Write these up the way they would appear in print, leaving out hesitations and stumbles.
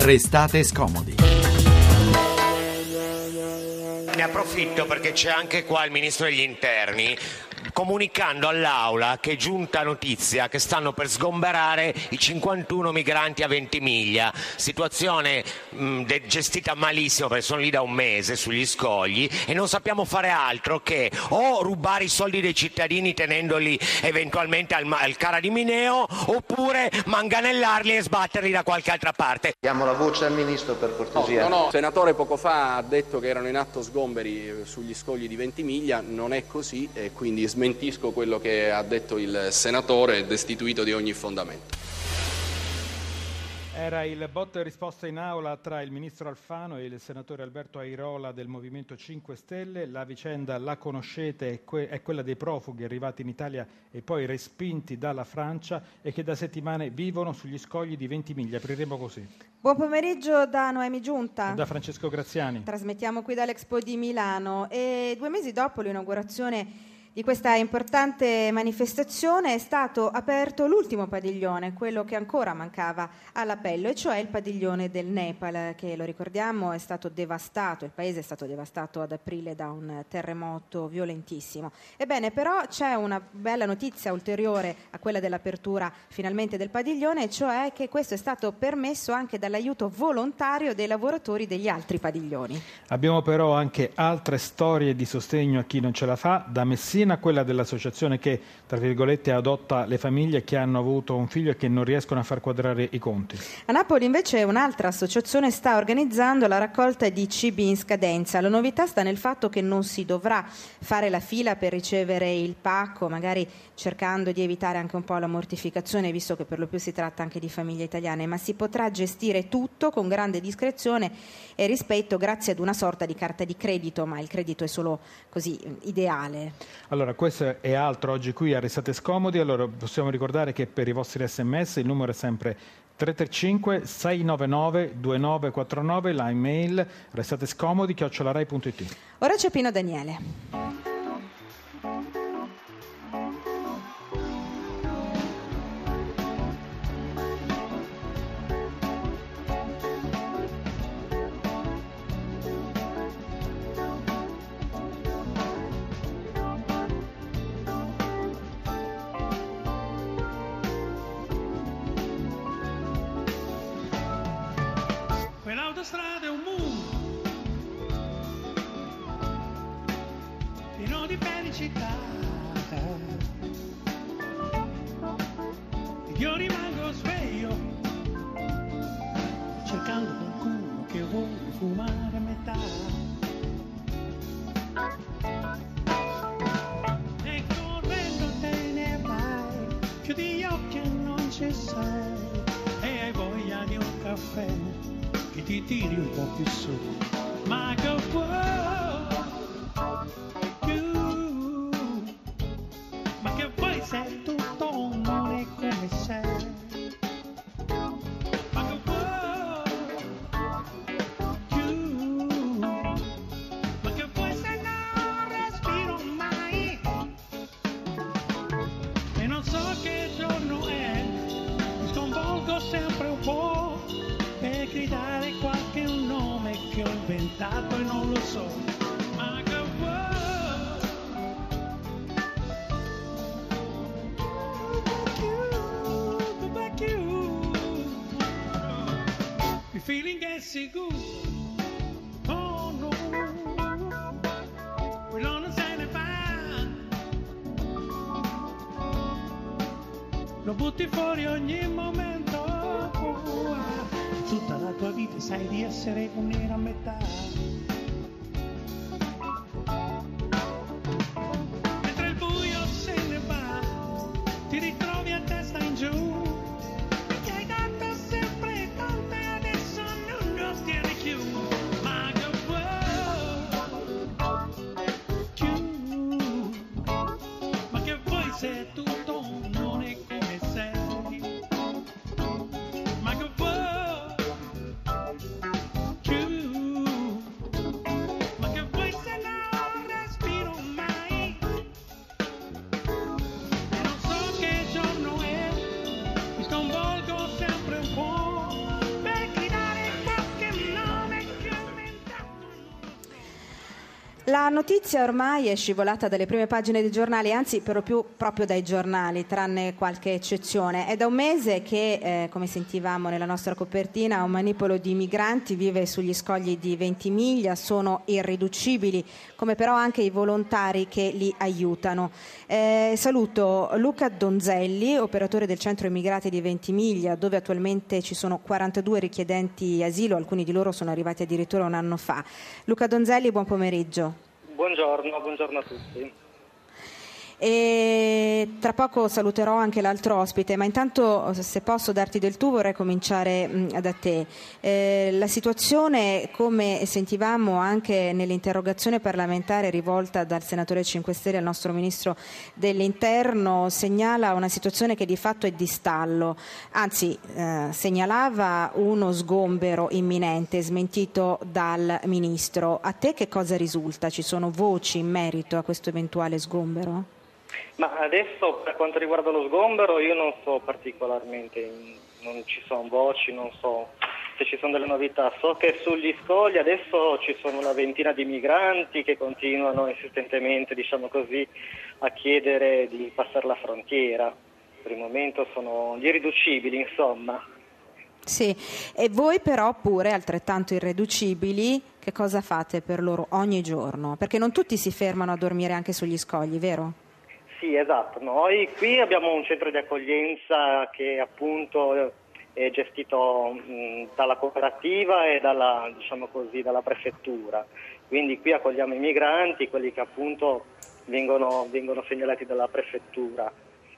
Restate scomodi. Ne approfitto perché c'è anche qua il ministro degli interni, comunicando all'Aula che è giunta notizia che stanno per sgomberare i 51 migranti a Ventimiglia, situazione gestita malissimo perché sono lì da un mese sugli scogli e non sappiamo fare altro che o rubare i soldi dei cittadini tenendoli eventualmente al Cara di Mineo, oppure manganellarli e sbatterli da qualche altra parte. Diamo la voce al ministro, per cortesia. No, il senatore poco fa ha detto che erano in atto sgomberi sugli scogli di Ventimiglia, non è così e quindi smentisco quello che ha detto il senatore, destituito di ogni fondamento. Era il botta e risposta in aula tra il ministro Alfano e il senatore Alberto Airola del Movimento 5 Stelle. La vicenda la conoscete, è quella dei profughi arrivati in Italia e poi respinti dalla Francia e che da settimane vivono sugli scogli di Ventimiglia. Apriremo così. Buon pomeriggio da Noemi Giunta. Da Francesco Graziani. Trasmettiamo qui dall'Expo di Milano e 2 mesi dopo l'inaugurazione di questa importante manifestazione è stato aperto l'ultimo padiglione, quello che ancora mancava all'appello, e cioè il padiglione del Nepal, che lo ricordiamo è stato devastato, il paese è stato devastato ad aprile da un terremoto violentissimo. Ebbene, però c'è una bella notizia ulteriore a quella dell'apertura finalmente del padiglione, cioè che questo è stato permesso anche dall'aiuto volontario dei lavoratori degli altri padiglioni. Abbiamo però anche altre storie di sostegno a chi non ce la fa, da Messina a quella dell'associazione che, tra virgolette, adotta le famiglie che hanno avuto un figlio e che non riescono a far quadrare i conti. A Napoli invece un'altra associazione sta organizzando la raccolta di cibi in scadenza. La novità sta nel fatto che non si dovrà fare la fila per ricevere il pacco, magari cercando di evitare anche un po' la mortificazione, visto che per lo più si tratta anche di famiglie italiane, ma si potrà gestire tutto con grande discrezione e rispetto, grazie ad una sorta di carta di credito, ma il credito è solo così ideale. Allora, questo è altro oggi qui a Restate Scomodi. Allora, possiamo ricordare che per i vostri sms il numero è sempre 335 699 2949, la email restatescomodi@rai.it. Ora c'è Pino Daniele. Quell'autostrada è un mondo pieno di felicità. Io rimango sveglio cercando qualcuno che vuole fumare a metà. E correndo te ne vai, chiudi gli occhi e non ci sei, e hai voglia di un caffè che ti tiri un po' più su, ma che vuoi più, ma che vuoi se tutto non è come sei, ma che vuoi più, ma che vuoi se non respiro mai, e non so che giorno è, mi sconvolgo sempre un po' per gridare qualche nome che ho inventato e non lo so, ma che vuoi, back you, the feeling is good, oh no, quello non se ne fa, lo butti fuori ogni momento. Tutta la tua vita sai di essere un'era a metà. Mentre il buio se ne va, ti ritrovi a testa in giù, perché hai dato sempre tanto e adesso non lo tieni più. Ma che vuoi più? Ma che vuoi se tutto non è come sei? Ma che vuoi? La notizia ormai è scivolata dalle prime pagine dei giornali, anzi per lo più proprio dai giornali, tranne qualche eccezione. È da un mese che, come sentivamo nella nostra copertina, un manipolo di migranti vive sugli scogli di Ventimiglia, sono irriducibili, come però anche i volontari che li aiutano. Saluto Luca Donzelli, operatore del centro immigrati di Ventimiglia, dove attualmente ci sono 42 richiedenti asilo, alcuni di loro sono arrivati addirittura un anno fa. Luca Donzelli, buon pomeriggio. Buongiorno a tutti. E tra poco saluterò anche l'altro ospite, ma intanto, se posso darti del tu, vorrei cominciare da te. La situazione, come sentivamo anche nell'interrogazione parlamentare rivolta dal senatore 5 Stelle al nostro ministro dell'Interno, segnala una situazione che di fatto è di stallo, anzi segnalava uno sgombero imminente smentito dal ministro. A te che cosa risulta? Ci sono voci in merito a questo eventuale sgombero? Ma adesso, per quanto riguarda lo sgombero, io non so particolarmente, non ci sono voci, non so se ci sono delle novità. So che sugli scogli adesso ci sono una ventina di migranti che continuano insistentemente, diciamo così, a chiedere di passare la frontiera. Per il momento sono gli irriducibili, insomma. Sì, e voi però pure, altrettanto irriducibili, che cosa fate per loro ogni giorno? Perché non tutti si fermano a dormire anche sugli scogli, vero? Sì, esatto. Noi qui abbiamo un centro di accoglienza che appunto è gestito dalla cooperativa e dalla prefettura. Quindi qui accogliamo i migranti, quelli che appunto vengono segnalati dalla prefettura.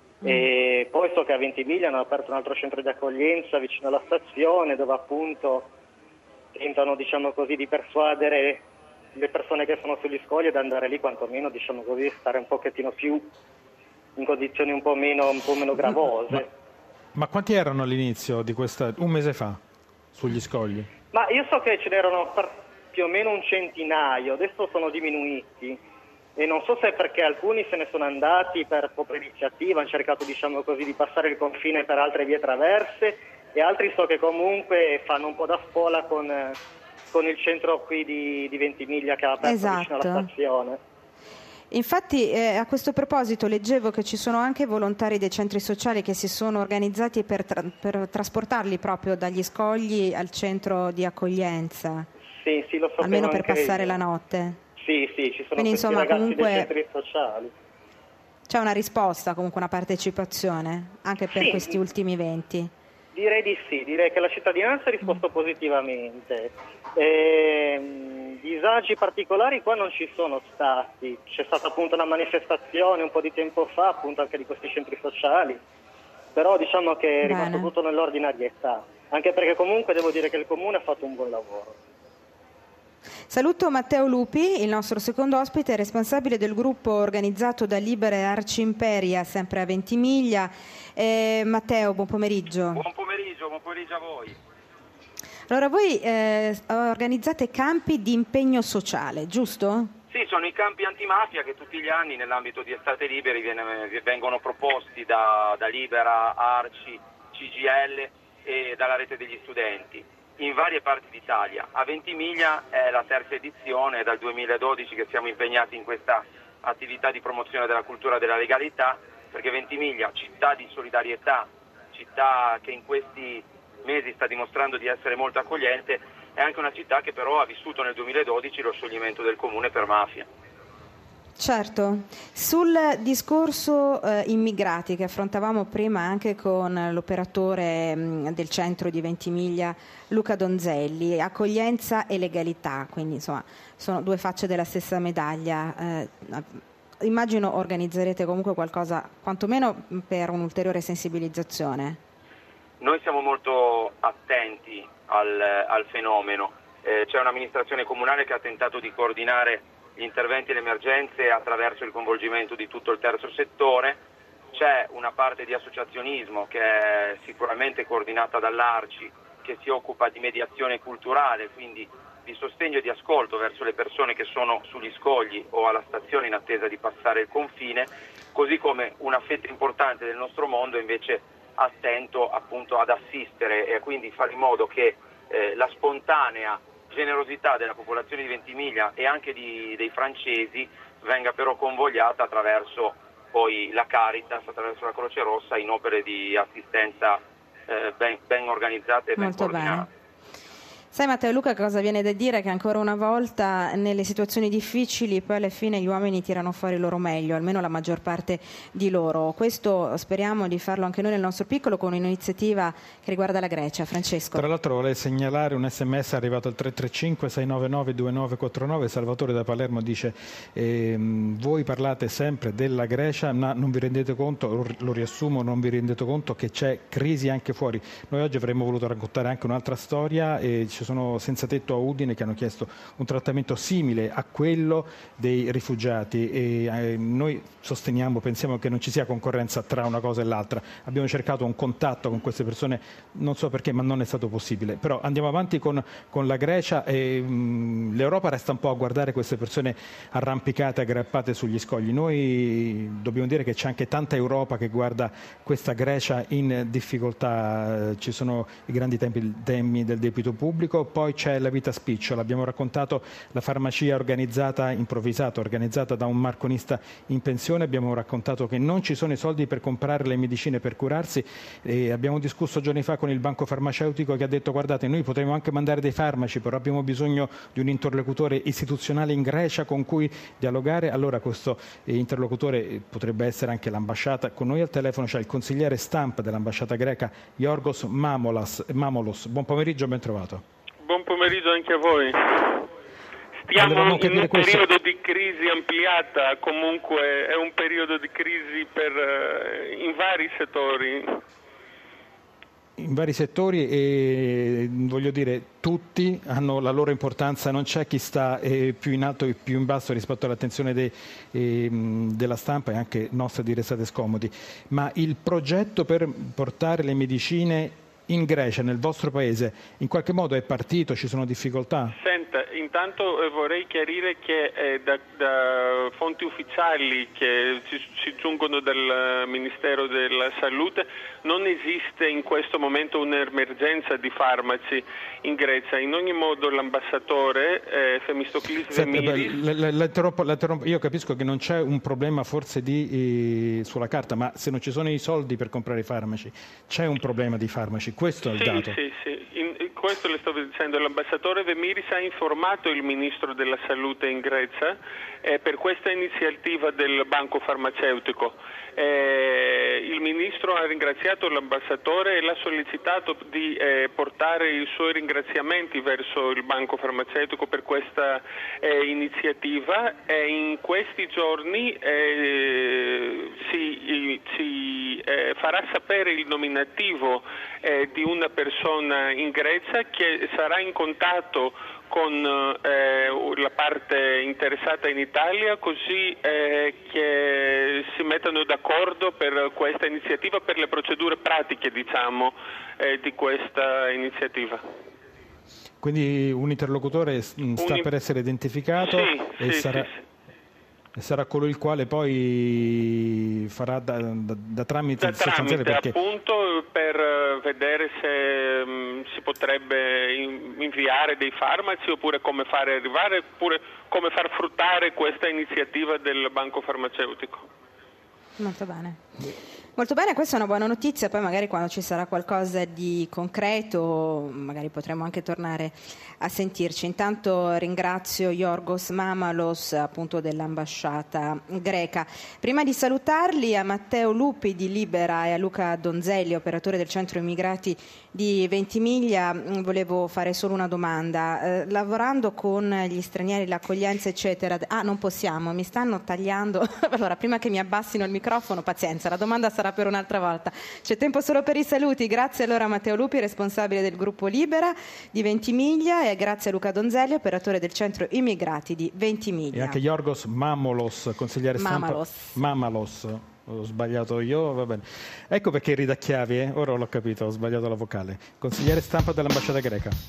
E poi so che a Ventimiglia hanno aperto un altro centro di accoglienza vicino alla stazione, dove appunto tentano, diciamo così, di persuadere le persone che sono sugli scogli ad andare lì, quantomeno, diciamo così, stare un pochettino più in condizioni un po' meno gravose. Ma quanti erano all'inizio di un mese fa sugli scogli? Ma io so che ce n'erano più o meno un centinaio, adesso sono diminuiti e non so se è perché alcuni se ne sono andati per propria iniziativa, hanno cercato, diciamo così, di passare il confine per altre vie traverse, e altri so che comunque fanno un po' da spola con il centro qui di Ventimiglia che ha aperto vicino alla stazione. Infatti a questo proposito leggevo che ci sono anche volontari dei centri sociali che si sono organizzati per trasportarli proprio dagli scogli al centro di accoglienza. Sì, lo sapevo, almeno per passare la notte. Sì, ci sono. Quindi, insomma, ragazzi comunque dei centri sociali. C'è una risposta, comunque una partecipazione anche per questi ultimi eventi. Direi di sì, direi che la cittadinanza ha risposto positivamente. Disagi particolari qua non ci sono stati, c'è stata appunto una manifestazione un po' di tempo fa appunto anche di questi centri sociali, però diciamo che è rimasto tutto nell'ordinarietà, anche perché comunque devo dire che il Comune ha fatto un buon lavoro. Saluto Matteo Lupi, il nostro secondo ospite, responsabile del gruppo organizzato da Libera Arci Imperia, sempre a Ventimiglia. Matteo, buon pomeriggio. Buon pomeriggio a voi. Allora, voi organizzate campi di impegno sociale, giusto? Sì, sono i campi antimafia che tutti gli anni nell'ambito di Estate Liberi vengono proposti da Libera, Arci, CGIL e dalla rete degli studenti in varie parti d'Italia. A Ventimiglia è la terza edizione, è dal 2012 che siamo impegnati in questa attività di promozione della cultura della legalità, perché Ventimiglia, città di solidarietà, città che in questi mesi sta dimostrando di essere molto accogliente, è anche una città che però ha vissuto nel 2012 lo scioglimento del comune per mafia. Certo, sul discorso immigrati che affrontavamo prima anche con l'operatore del centro di Ventimiglia, Luca Donzelli, accoglienza e legalità, quindi insomma sono due facce della stessa medaglia. Immagino organizzerete comunque qualcosa quantomeno per un'ulteriore sensibilizzazione. Noi siamo molto attenti al fenomeno, c'è un'amministrazione comunale che ha tentato di coordinare gli interventi e le emergenze attraverso il coinvolgimento di tutto il terzo settore, c'è una parte di associazionismo che è sicuramente coordinata dall'Arci, che si occupa di mediazione culturale, quindi di sostegno e di ascolto verso le persone che sono sugli scogli o alla stazione in attesa di passare il confine, così come una fetta importante del nostro mondo invece attento appunto ad assistere e quindi fare in modo che la spontanea generosità della popolazione di Ventimiglia e anche dei francesi venga però convogliata attraverso poi la Caritas, attraverso la Croce Rossa, in opere di assistenza ben organizzate e ben coordinate. Bene. Sai Matteo Luca, cosa viene da dire? Che ancora una volta nelle situazioni difficili poi alla fine gli uomini tirano fuori il loro meglio, almeno la maggior parte di loro. Questo speriamo di farlo anche noi nel nostro piccolo con un'iniziativa che riguarda la Grecia. Francesco. Tra l'altro volevo segnalare un sms arrivato al 335-699-2949. Salvatore da Palermo dice voi parlate sempre della Grecia ma non vi rendete conto, lo riassumo, non vi rendete conto che c'è crisi anche fuori. Noi oggi avremmo voluto raccontare anche un'altra storia e ci sono senza tetto a Udine che hanno chiesto un trattamento simile a quello dei rifugiati e noi pensiamo che non ci sia concorrenza tra una cosa e l'altra. Abbiamo cercato un contatto con queste persone, non so perché, ma non è stato possibile. Però andiamo avanti con la Grecia e l'Europa resta un po' a guardare queste persone arrampicate, aggrappate sugli scogli. Noi dobbiamo dire che c'è anche tanta Europa che guarda questa Grecia in difficoltà. Ci sono i grandi temi del debito pubblico, poi c'è la vita spicciola. Abbiamo raccontato la farmacia improvvisata da un marconista in pensione. Abbiamo raccontato che non ci sono i soldi per comprare le medicine per curarsi e abbiamo discusso giorni fa con il banco farmaceutico che ha detto guardate, noi potremmo anche mandare dei farmaci, però abbiamo bisogno di un interlocutore istituzionale in Grecia con cui dialogare. Allora questo interlocutore potrebbe essere anche l'ambasciata. Con noi al telefono c'è il consigliere stampa dell'ambasciata greca Yorgos Mamolos. Buon pomeriggio, ben trovato. Buon pomeriggio anche a voi. Stiamo in un periodo di crisi ampliata, comunque è un periodo di crisi in vari settori. In vari settori e voglio dire tutti hanno la loro importanza, non c'è chi sta più in alto e più in basso rispetto all'attenzione della stampa e anche nostra di Restate Scomodi, ma il progetto per portare le medicine in Grecia, nel vostro paese, in qualche modo è partito? Ci sono difficoltà? Senta, intanto vorrei chiarire che da fonti ufficiali che ci giungono dal Ministero della Salute non esiste in questo momento un'emergenza di farmaci in Grecia. In ogni modo l'ambasciatore Themistoklis Demiris... Io capisco che non c'è un problema forse sulla carta, ma se non ci sono i soldi per comprare i farmaci, c'è un problema di farmaci. Questo è il dato. Sì. Questo le stavo dicendo. L'ambasciatore Demiris ha informato il ministro della Salute in Grecia per questa iniziativa del banco farmaceutico. Il ministro ha ringraziato l'ambasciatore e l'ha sollecitato di portare i suoi ringraziamenti verso il banco farmaceutico per questa iniziativa e in questi giorni si farà sapere il nominativo di una persona in Grecia che sarà in contatto con la parte interessata in Italia, così che si mettano d'accordo per questa iniziativa, per le procedure pratiche, diciamo, di questa iniziativa. Quindi un interlocutore sta per essere identificato sarà colui il quale poi farà da tramite sostanziale appunto per vedere se si potrebbe inviare dei farmaci oppure come fare arrivare oppure come far fruttare questa iniziativa del banco farmaceutico. Molto bene. Molto bene, questa è una buona notizia, poi magari quando ci sarà qualcosa di concreto magari potremo anche tornare a sentirci. Intanto ringrazio Yorgos Mamalos, appunto dell'ambasciata greca. Prima di salutarli, a Matteo Lupi di Libera e a Luca Donzelli, operatore del centro immigrati di Ventimiglia, volevo fare solo una domanda. Lavorando con gli stranieri, l'accoglienza eccetera, non possiamo, mi stanno tagliando. Allora, prima che mi abbassino il microfono, pazienza, la domanda sarà per un'altra volta. C'è tempo solo per i saluti. Grazie allora a Matteo Lupi, responsabile del gruppo Libera di Ventimiglia, e grazie a Luca Donzelli, operatore del centro immigrati di Ventimiglia. E anche Yorgos Mamolos, consigliere stampa. Mamalos. Ho sbagliato io, va bene. Ecco perché ridacchiavi, ora l'ho capito, ho sbagliato la vocale. Consigliere stampa dell'ambasciata greca.